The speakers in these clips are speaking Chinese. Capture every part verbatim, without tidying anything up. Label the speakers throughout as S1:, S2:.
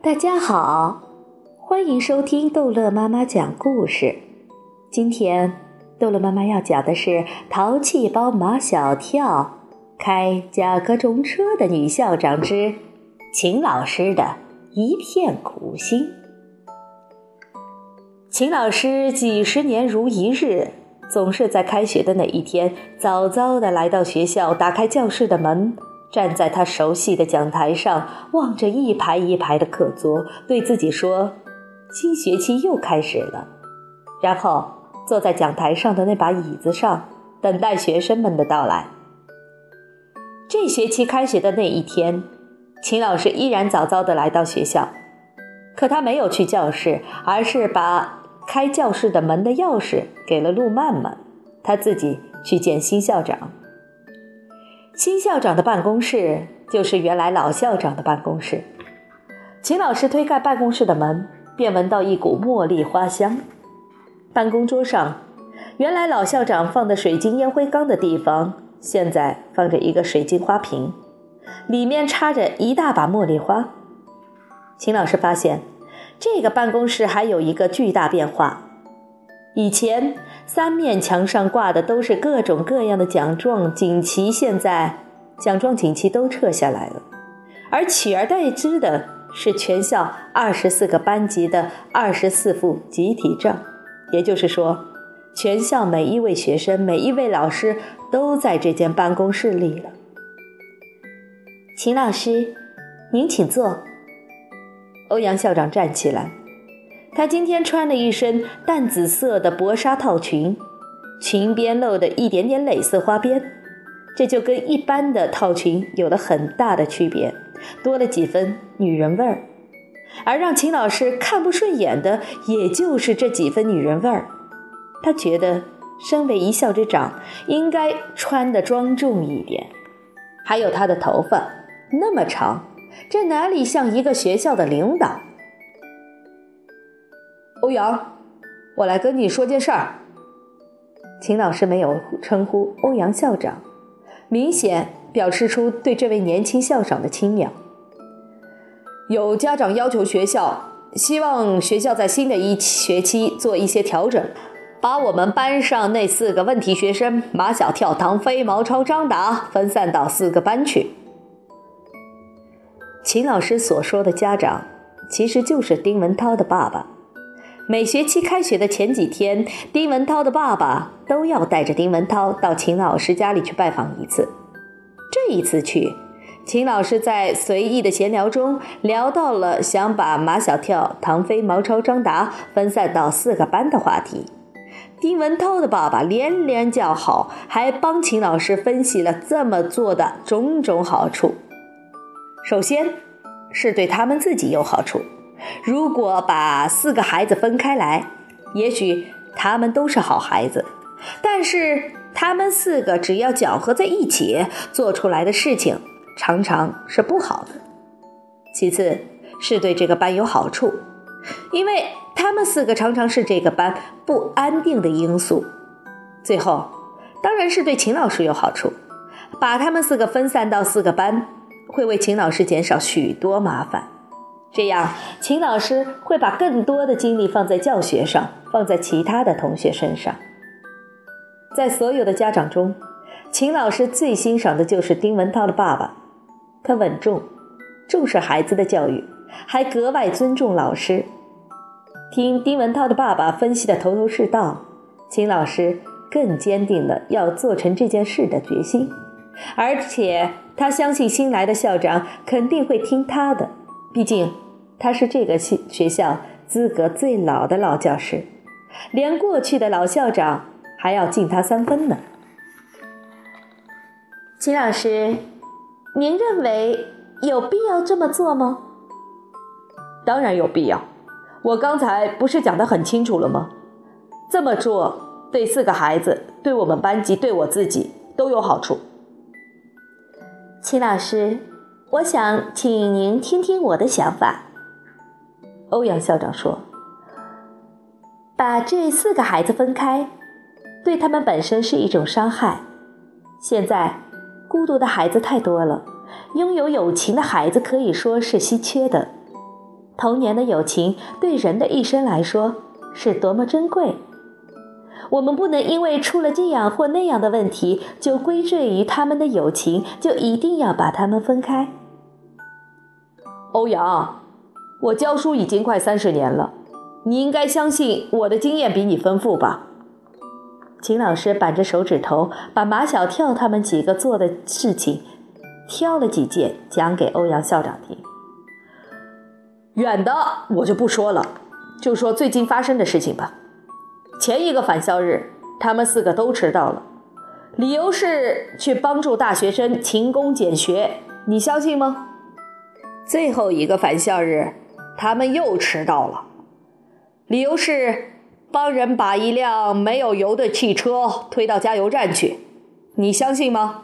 S1: 大家好，欢迎收听逗乐妈妈讲故事。今天逗乐妈妈要讲的是淘气包马小跳开甲壳虫车的女校长之秦老师的一片苦心。秦老师几十年如一日，总是在开学的那一天早早地来到学校，打开教室的门，站在他熟悉的讲台上，望着一排一排的课桌，对自己说，新学期又开始了。然后坐在讲台上的那把椅子上，等待学生们的到来。这学期开学的那一天，秦老师依然早早地来到学校，可他没有去教室，而是把开教室的门的钥匙给了陆曼曼，他自己去见新校长。新校长的办公室就是原来老校长的办公室。秦老师推开办公室的门，便闻到一股茉莉花香。办公桌上，原来老校长放的水晶烟灰缸的地方，现在放着一个水晶花瓶，里面插着一大把茉莉花。秦老师发现，这个办公室还有一个巨大变化。以前三面墙上挂的都是各种各样的奖状锦旗，现在奖状锦旗都撤下来了，而取而代之的是全校二十四个班级的二十四副集体照。也就是说，全校每一位学生，每一位老师都在这间办公室里了。秦老师，您请坐。欧阳校长站起来，他今天穿了一身淡紫色的薄纱套裙，裙边露的一点点蕾丝花边，这就跟一般的套裙有了很大的区别，多了几分女人味儿。而让秦老师看不顺眼的，也就是这几分女人味儿。他觉得身为一校之长，应该穿得庄重一点。还有他的头发那么长，这哪里像一个学校的领导？欧阳，我来跟你说件事儿。秦老师没有称呼欧阳校长，明显表示出对这位年轻校长的轻蔑。有家长要求学校，希望学校在新的一学期做一些调整，把我们班上那四个问题学生马小跳、唐飞、毛超、张达分散到四个班去。秦老师所说的家长，其实就是丁文涛的爸爸。每学期开学的前几天，丁文涛的爸爸都要带着丁文涛到秦老师家里去拜访一次。这一次去，秦老师在随意的闲聊中聊到了想把马小跳、唐飞、毛超、张达分散到四个班的话题。丁文涛的爸爸连连叫好，还帮秦老师分析了这么做的种种好处。首先是对他们自己有好处，如果把四个孩子分开来，也许他们都是好孩子，但是他们四个只要搅和在一起，做出来的事情常常是不好的。其次是对这个班有好处，因为他们四个常常是这个班不安定的因素。最后当然是对秦老师有好处，把他们四个分散到四个班，会为秦老师减少许多麻烦。这样秦老师会把更多的精力放在教学上，放在其他的同学身上。在所有的家长中，秦老师最欣赏的就是丁文涛的爸爸。他稳重，重视孩子的教育，还格外尊重老师。听丁文涛的爸爸分析的头头是道，秦老师更坚定了要做成这件事的决心。而且他相信新来的校长肯定会听他的，毕竟他是这个学校资格最老的老教师，连过去的老校长还要敬他三分呢。秦老师，您认为有必要这么做吗？当然有必要，我刚才不是讲得很清楚了吗？这么做对四个孩子，对我们班级，对我自己都有好处。秦老师，我想请您听听我的想法。欧阳校长说，把这四个孩子分开，对他们本身是一种伤害。现在孤独的孩子太多了，拥有友情的孩子可以说是稀缺的。 童年的友情对人的一生来说是多么珍贵。我们不能因为出了这样或那样的问题，就归罪于他们的友情，就一定要把他们分开。
S2: 欧阳，我教书已经快三十年了，你应该相信我的经验比你丰富吧？
S1: 秦老师板着手指头，把马小跳他们几个做的事情挑了几件讲给欧阳校长听。
S2: 远的我就不说了，就说最近发生的事情吧。前一个返校日，他们四个都迟到了，理由是去帮助大学生勤工俭学，你相信吗？最后一个返校日，他们又迟到了，理由是帮人把一辆没有油的汽车推到加油站去，你相信吗？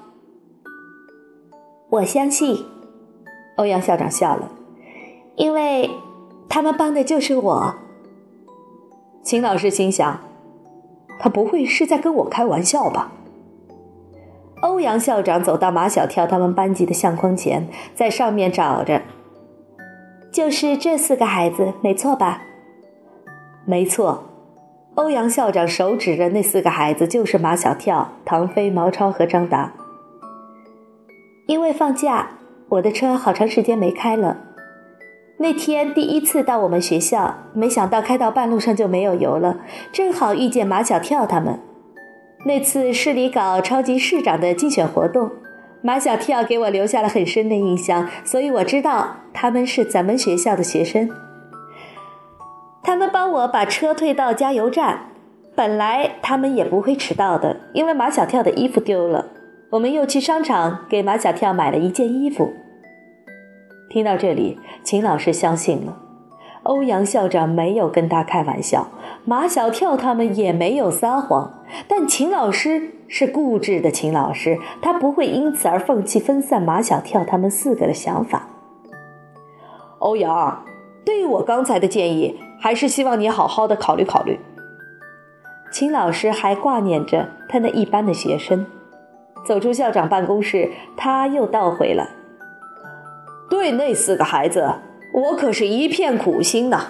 S1: 我相信，欧阳校长笑了，因为他们帮的就是我。
S2: 秦老师心想，他不会是在跟我开玩笑吧？
S1: 欧阳校长走到马小跳他们班级的相框前，在上面找着，就是这四个孩子，没错吧？没错。欧阳校长手指着那四个孩子，就是马小跳、唐飞、毛超和张达。因为放假，我的车好长时间没开了。那天第一次到我们学校，没想到开到半路上就没有油了，正好遇见马小跳他们。那次市里搞超级市长的竞选活动，马小跳给我留下了很深的印象，所以我知道他们是咱们学校的学生。他们帮我把车推到加油站，本来他们也不会迟到的，因为马小跳的衣服丢了，我们又去商场给马小跳买了一件衣服。听到这里，秦老师相信了，欧阳校长没有跟他开玩笑，马小跳他们也没有撒谎，但秦老师是固执的秦老师，他不会因此而放弃分散马小跳他们四个的想法。
S2: 欧阳，对于我刚才的建议，还是希望你好好的考虑考虑。
S1: 秦老师还挂念着他那一班的学生。走出校长办公室，他又倒回了，
S2: 对那四个孩子，我可是一片苦心呐。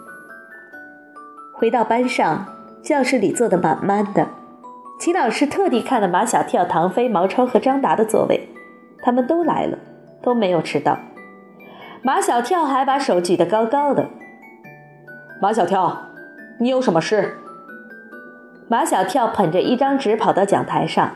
S1: 回到班上，教室里坐得满满的。秦老师特地看了马小跳、唐飞、毛超和张达的座位，他们都来了，都没有迟到。马小跳还把手举得高高的。
S2: 马小跳，你有什么事？
S1: 马小跳捧着一张纸跑到讲台上。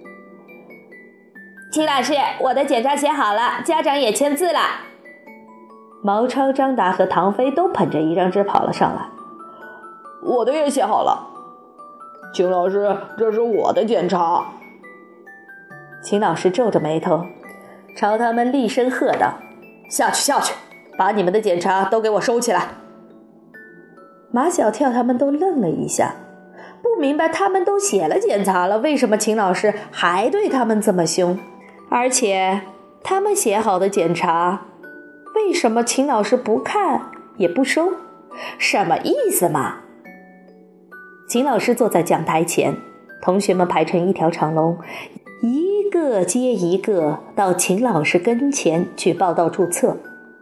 S3: 秦老师，我的检查写好了，家长也签字了。
S1: 毛超、张达和唐飞都捧着一张纸跑了上来。
S2: 我的也写好了。秦老师，这是我的检查。
S1: 秦老师皱着眉头，朝他们厉声喝道：
S2: 下去下去，把你们的检查都给我收起来。
S1: 马小跳他们都愣了一下，不明白他们都写了检查了，为什么秦老师还对他们这么凶？而且他们写好的检查，为什么秦老师不看也不收？什么意思嘛？秦老师坐在讲台前，同学们排成一条长龙，一个接一个到秦老师跟前去报到注册。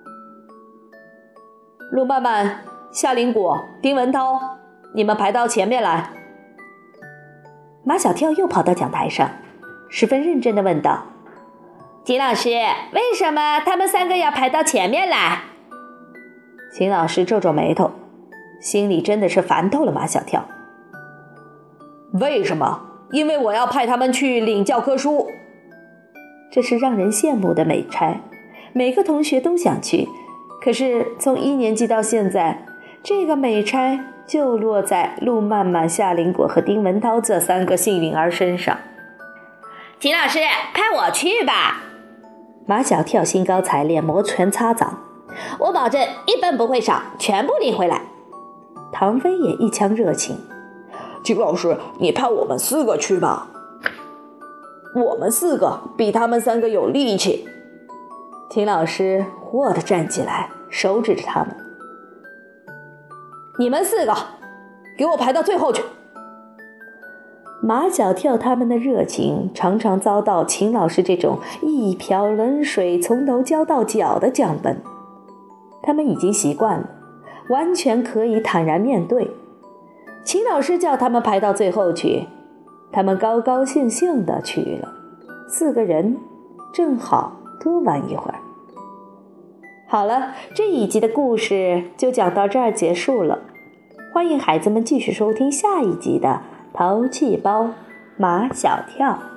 S2: 陆曼曼、夏林果、丁文涛，你们排到前面来。
S1: 马小跳又跑到讲台上，十分认真地问道：
S3: 秦老师，为什么他们三个要排到前面来？
S1: 秦老师皱皱眉头，心里真的是烦透了马小跳。
S2: 为什么？因为我要派他们去领教科书。
S1: 这是让人羡慕的美差，每个同学都想去，可是从一年级到现在，这个美差就落在陆曼曼、夏林果和丁文涛这三个幸运儿身上。
S3: 秦老师，派我去吧。
S1: 马小跳兴高采烈，摩拳擦掌，
S3: 我保证一分不会少，全部领回来。
S1: 唐飞也一腔热情，
S2: 秦老师，你派我们四个去吧。我们四个比他们三个有力气。
S1: 秦老师豁地站起来，手指着他们：
S2: 你们四个给我排到最后去。
S1: 马小跳他们的热情常常遭到秦老师这种一瓢冷水从头浇到脚的降温。 他们已经习惯了，完全可以坦然面对。秦老师叫他们排到最后去，他们高高兴兴地去了，四个人正好多玩一会儿。好了，这一集的故事就讲到这儿结束了，欢迎孩子们继续收听下一集的淘气包马小跳。